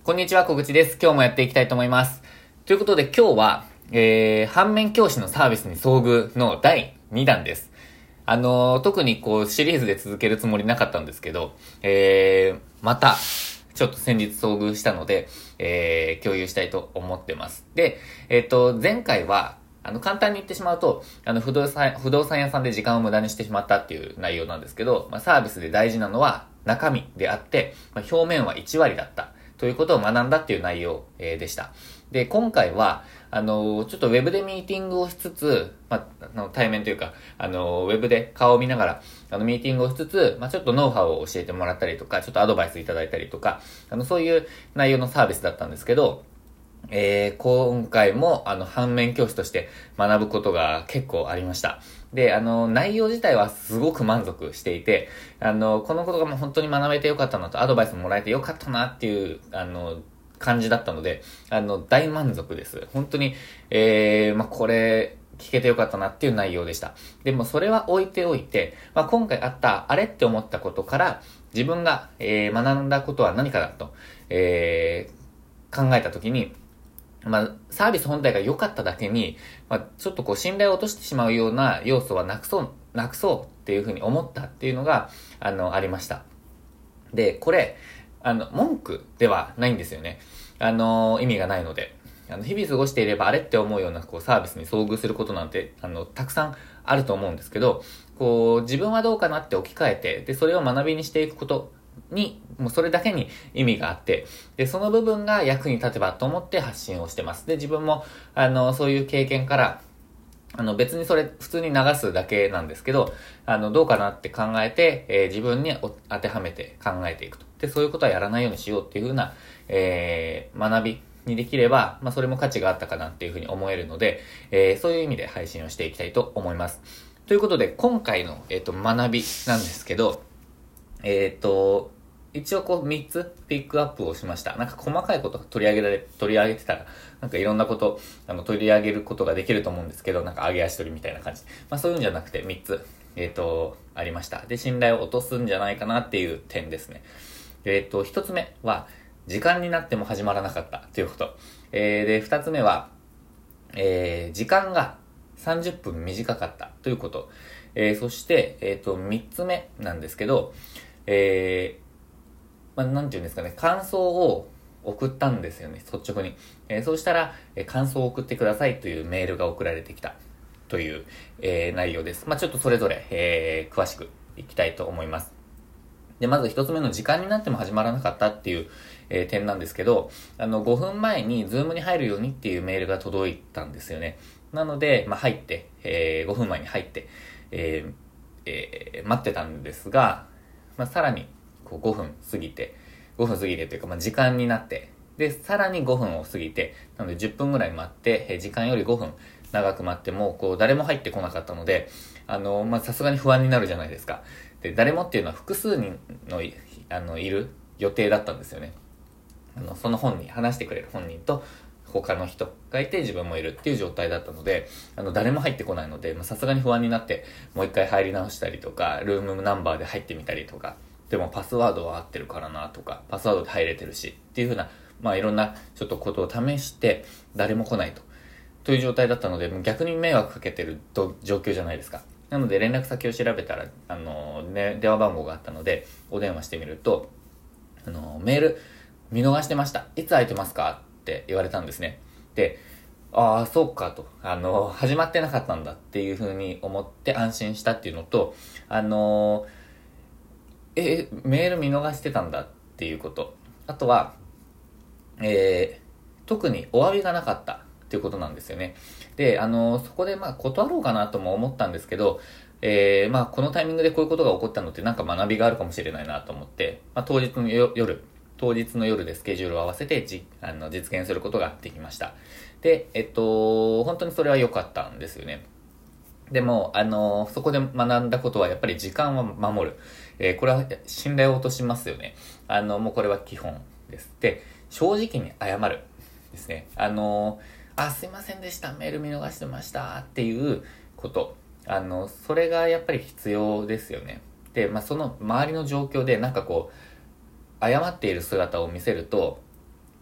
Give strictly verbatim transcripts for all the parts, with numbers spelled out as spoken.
こんにちは、小口です。今日もやっていきたいと思います。ということで今日は、えー、反面教師のサービスに遭遇のだいにだんです。あのー、特にこうシリーズで続けるつもりなかったんですけど、えー、また、ちょっと先日遭遇したので、えー、共有したいと思ってます。で、えっと、前回は、あの、簡単に言ってしまうと、あの、不動産、不動産屋さんで時間を無駄にしてしまったっていう内容なんですけど、まあ、サービスで大事なのは中身であって、まあ、表面は一割だった。ということを学んだっていう内容、えー、でした。で、今回は、あのー、ちょっとウェブでミーティングをしつつ、まあ、あの対面というか、あのー、ウェブで顔を見ながら、あの、ミーティングをしつつ、まあ、ちょっとノウハウを教えてもらったりとか、ちょっとアドバイスいただいたりとか、あの、そういう内容のサービスだったんですけど、えー、今回も、あの、反面教師として学ぶことが結構ありました。で、あの、内容自体はすごく満足していて、あの、このことがもう本当に学べてよかったなと、アドバイスもらえてよかったなっていう、あの、感じだったので、あの、大満足です。本当に、えー、まあ、これ、聞けてよかったなっていう内容でした。でもそれは置いておいて、まあ、今回あったあれって思ったことから、自分が、えー、学んだことは何かだと、えー、考えたときに、まあ、サービス本体が良かっただけに、まあ、ちょっとこう信頼を落としてしまうような要素はなくそう、なくそうっていうふうに思ったっていうのが、あの、ありました。で、これ、あの、文句ではないんですよね。あの、意味がないので。あの、日々過ごしていればあれって思うようなこうサービスに遭遇することなんて、あの、たくさんあると思うんですけど、こう、自分はどうかなって置き換えて、で、それを学びにしていくことに、もうそれだけに意味があって、で、その部分が役に立てばと思って発信をしてます。で、自分も、あの、そういう経験から、あの、別にそれ普通に流すだけなんですけど、あの、どうかなって考えて、えー、自分に当てはめて考えていくと。で、そういうことはやらないようにしようっていうふうな、えー、学びにできれば、まあ、それも価値があったかなっていうふうに思えるので、えー、そういう意味で配信をしていきたいと思います。ということで、今回の、えっと、学びなんですけど、えっと、一応こうみっつピックアップをしました。なんか細かいこと取り上げられ、取り上げてたら、なんかいろんなこと、あの、取り上げることができると思うんですけど、なんか上げ足取りみたいな感じ。まあそういうんじゃなくてみっつ、えっと、ありました。で、信頼を落とすんじゃないかなっていう点ですね。えっと、ひとつめは、時間になっても始まらなかったということ。えー、で、ふたつめは、えー、時間がさんじゅっぷん短かったということ。えー、そして、えっと、みっつめなんですけど、えー、まあ、なんていうんですかね、感想を送ったんですよね、率直に。えー、そうしたら、えー、感想を送ってくださいというメールが送られてきたという、えー、内容です。まあ、ちょっとそれぞれ、えー、詳しくいきたいと思います。で、まず一つ目の時間になっても始まらなかったっていう、えー、点なんですけど、あの、ごふんまえにズームに入るようにっていうメールが届いたんですよね。なので、まあ、入って、えー、ごふんまえに入って、えーえー、待ってたんですが、まあ、さらに、こうごふん過ぎて、ごふん過ぎてというか、まあ、時間になって、で、さらにごふんを過ぎて、なのでじゅっぷんぐらい待って、えー、時間よりごふん長く待っても、こう、誰も入ってこなかったので、あの、まあ、さすがに不安になるじゃないですか。で、誰もっていうのは複数人の、あの、いる予定だったんですよね。あの、その本人、話してくれる本人と、他の人がいて自分もいるっていう状態だったので、あの、誰も入ってこないので、さすがに不安になって、もう一回入り直したりとか、ルームナンバーで入ってみたりとか、でもパスワードは合ってるからなとか、パスワードで入れてるし、っていう風な、まあいろんなちょっとことを試して、誰も来ないと。という状態だったので、逆に迷惑かけてると状況じゃないですか。なので連絡先を調べたら、あの、ね、電話番号があったので、お電話してみると、あの、メール見逃してました。いつ空いてますかって言われたんですね。で、ああ、そうかと。あの、始まってなかったんだっていう風に思って安心したっていうのと、あの、え、メール見逃してたんだっていうこと。あとは、えー、特にお詫びがなかったっていうことなんですよね。で、あの、そこでまあ断ろうかなとも思ったんですけど、えー、まあこのタイミングでこういうことが起こったのってなんか学びがあるかもしれないなと思って、まあ当日の夜、当日の夜でスケジュールを合わせてじあの実現することができました。で、えっと、本当にそれは良かったんですよね。でも、あの、そこで学んだことはやっぱり時間を守る。えー、これは信頼を落としますよね。あの、もうこれは基本です。で、正直に謝るですね。あの、あ、すいませんでした。メール見逃してました。っていうこと。あの、それがやっぱり必要ですよね。で、まあ、その周りの状況でなんかこう、謝っている姿を見せると、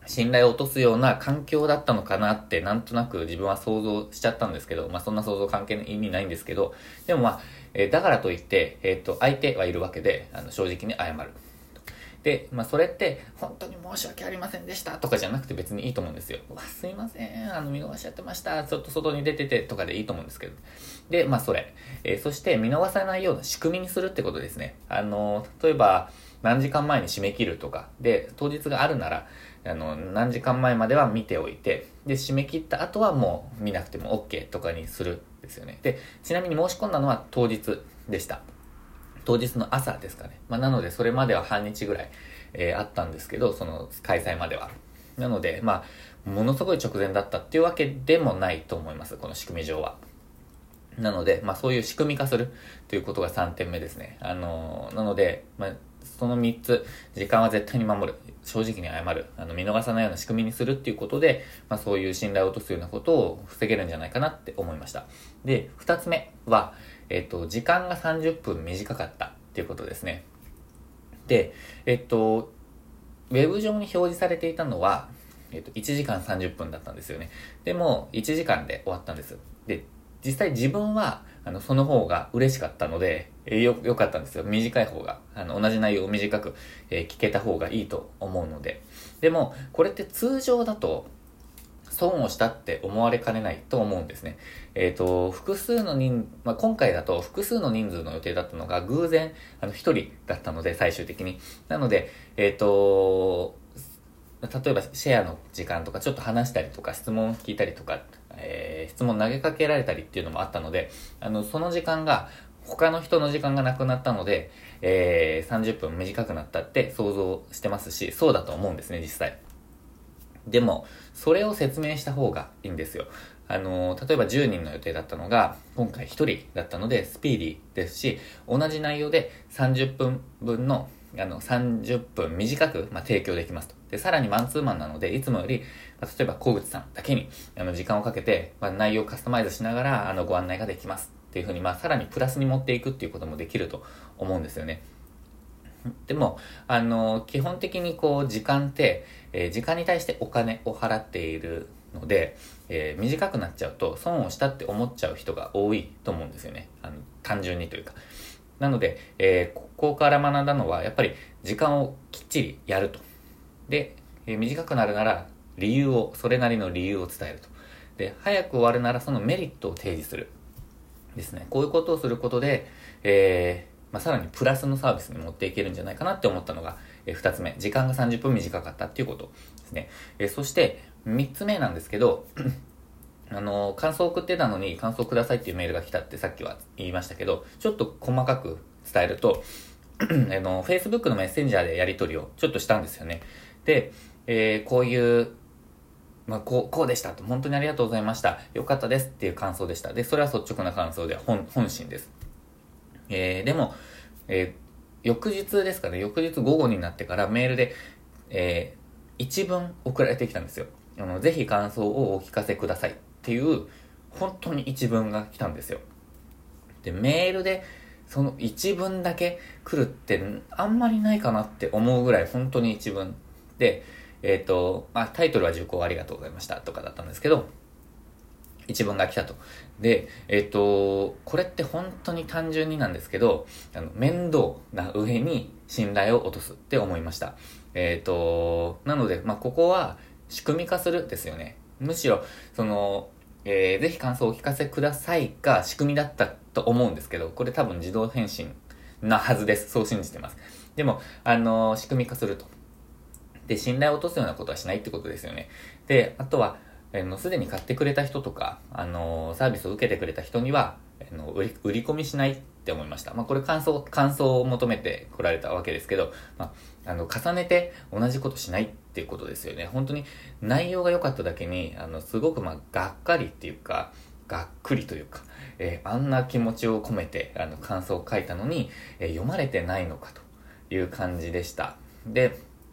信頼を落とすような環境だったのかなってなんとなく自分は想像しちゃったんですけど、まあそんな想像関係意味ないんですけど、でもまあ、えー、だからといって、えっと、相手はいるわけで、あの正直に謝る。で、まあそれって本当に申し訳ありませんでしたとかじゃなくて別にいいと思うんですよ。うわ、すいません、あの見逃しちゃってました。ちょっと外に出ててとかでいいと思うんですけど。で、まあそれ。えー、そして見逃さないような仕組みにするってことですね。あの、例えば何時間前に締め切るとか、で、当日があるなら、あの、何時間前までは見ておいて、で、締め切った後はもう見なくても OK とかにするんですよね。で、ちなみに申し込んだのは当日でした。当日の朝ですかね。まあ、なので、それまでは半日ぐらい、えー、あったんですけど、その開催までは。なので、まあ、ものすごい直前だったっていうわけでもないと思います。この仕組み上は。なので、まあ、そういう仕組み化するということがさんてんめですね。あのー、なので、まあ、そのみっつ、時間は絶対に守る。正直に謝る。あの、見逃さないような仕組みにするっていうことで、まあ、そういう信頼を落とすようなことを防げるんじゃないかなって思いました。で、ふたつめは、えっと、時間がさんじゅっぷん短かったっていうことですね。で、えっと、ウェブ上に表示されていたのは、えっと、いちじかんさんじゅっぷんだったんですよね。でも、いちじかんで終わったんです。で、実際自分は、あの、その方が嬉しかったので、えー、よ、よかったんですよ。短い方が。あの、同じ内容を短く、えー、聞けた方がいいと思うので。でも、これって通常だと、損をしたって思われかねないと思うんですね。えっと、複数の人、まあ、今回だと複数の人数の予定だったのが偶然、あの、一人だったので、最終的に。なので、えっと、例えばシェアの時間とかちょっと話したりとか質問を聞いたりとか、えー、質問投げかけられたりっていうのもあったので、あの、その時間が他の人の時間がなくなったので、えー、さんじゅっぷん短くなったって想像してますし、そうだと思うんですね、実際。でも、それを説明した方がいいんですよ。あの、例えばじゅうにんの予定だったのが、今回ひとりだったので、スピーディーですし、同じ内容でさんじゅっぷんぶんの、あの、さんじゅっぷん短く、まあ、提供できますと。で、さらにマンツーマンなので、いつもより、まあ、例えば小口さんだけに、あの、時間をかけて、まあ、内容をカスタマイズしながら、あの、ご案内ができます。っていうふうに、まあ、さらにプラスに持っていくっていうこともできると思うんですよね。でも、あの、基本的にこう、時間って、えー、時間に対してお金を払っているので、えー、短くなっちゃうと損をしたって思っちゃう人が多いと思うんですよね。あの、単純にというか。なので、えー、ここから学んだのは、やっぱり時間をきっちりやると。で、えー、短くなるなら理由を、それなりの理由を伝えると。で、早く終わるならそのメリットを提示する。ですね。こういうことをすることで、えー、まあ、さらにプラスのサービスに持っていけるんじゃないかなって思ったのが、えー、二つ目。時間がさんじゅっぷん短かったっていうことですね。えー、そして、三つ目なんですけど、あのー、感想を送ってたのに感想くださいっていうメールが来たってさっきは言いましたけど、ちょっと細かく伝えると、あの、Facebook のメッセンジャーでやり取りをちょっとしたんですよね。で、えー、こういう、まあ、こう、こうでしたと。本当にありがとうございました。よかったですっていう感想でした。で、それは率直な感想で本、本心です。えー、でも、えー、翌日ですかね、翌日午後になってからメールで、えー、一文送られてきたんですよ。あの、ぜひ感想をお聞かせくださいっていう、本当に一文が来たんですよ。で、メールで、その一文だけ来るってあんまりないかなって思うぐらい本当に一文で、えっと、まあ、タイトルは受講ありがとうございましたとかだったんですけど、一文が来たと。で、えっと、これって本当に単純になんですけど、あの、面倒な上に信頼を落とすって思いました。えっと、なので、まあ、ここは仕組み化するですよね。むしろ、その、えー、ぜひ感想をお聞かせくださいが仕組みだったと思うんですけど、これ多分自動返信なはずです。そう信じてます。でも、あのー、仕組み化すると。で、信頼を落とすようなことはしないってことですよね。で、あとは、あの、すでに買ってくれた人とか、あの、サービスを受けてくれた人には、あの、売り、売り込みしないって思いました。まあ、これ感想、感想を求めて来られたわけですけど、まあ、あの、重ねて同じことしないっていうことですよね。本当に内容が良かっただけに、あの、すごくまあ、がっかりっていうか、がっくりというか、えー、あんな気持ちを込めて、あの、感想を書いたのに、えー、読まれてないのかという感じでした。で、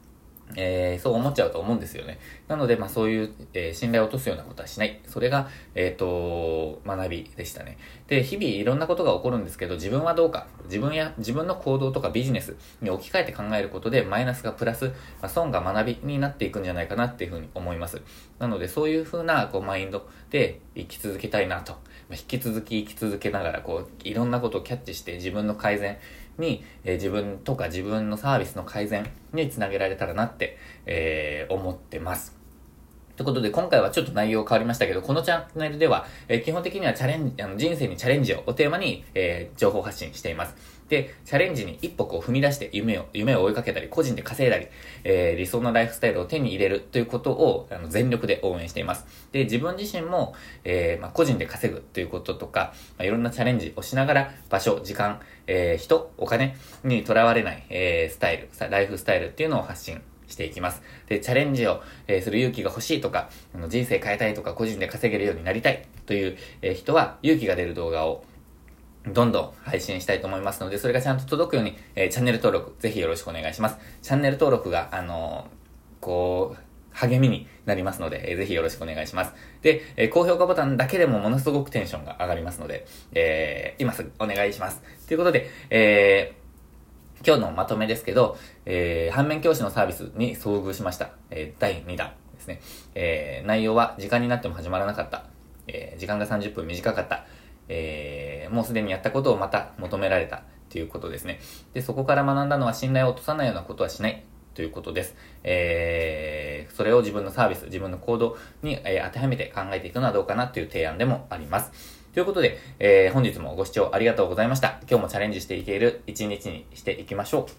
えー、そう思っちゃうと思うんですよね。なので、まあそういう、えー、信頼を落とすようなことはしない。それが、えっと、学びでしたね。で、日々いろんなことが起こるんですけど、自分はどうか、自分や、自分の行動とかビジネスに置き換えて考えることで、マイナスがプラス、まあ、損が学びになっていくんじゃないかなっていうふうに思います。なので、そういうふうな、こう、マインドで生き続けたいなと。まあ、引き続き生き続けながら、こう、いろんなことをキャッチして自分の改善に、えー、自分とか自分のサービスの改善につなげられたらなって、えー、思ってます。ということで、今回はちょっと内容変わりましたけど、このチャンネルでは、えー、基本的にはチャレンジ、あの人生にチャレンジをおテーマに、えー、情報発信しています。で、チャレンジに一歩こう踏み出して夢を、夢を追いかけたり、個人で稼いだり、えー、理想のライフスタイルを手に入れるということをあの全力で応援しています。で、自分自身も、えーまあ、個人で稼ぐということとか、まあ、いろんなチャレンジをしながら、場所、時間、えー、人、お金にとらわれない、えー、スタイル、ライフスタイルっていうのを発信していきます。で、チャレンジを、えー、する勇気が欲しいとか、あの人生変えたいとか、個人で稼げるようになりたいという、えー、人は勇気が出る動画をどんどん配信したいと思いますので、それがちゃんと届くように、えー、チャンネル登録ぜひよろしくお願いします。チャンネル登録が、あのー、こう、励みになりますので、えー、ぜひよろしくお願いします。で、えー、高評価ボタンだけでもものすごくテンションが上がりますので、えー、今すぐお願いします。ということで、えー、今日のまとめですけど、えー、反面教師のサービスに遭遇しました。えー、だいにだんですね。えー、内容は時間になっても始まらなかった。えー、時間がさんじゅっぷん短かった。えー、もうすでにやったことをまた求められたということですね。で、そこから学んだのは信頼を落とさないようなことはしないということです。えー、それを自分のサービス、自分の行動に、えー、当てはめて考えていくのはどうかなという提案でもあります。ということで、えー、本日もご視聴ありがとうございました。今日もチャレンジしていける一日にしていきましょう。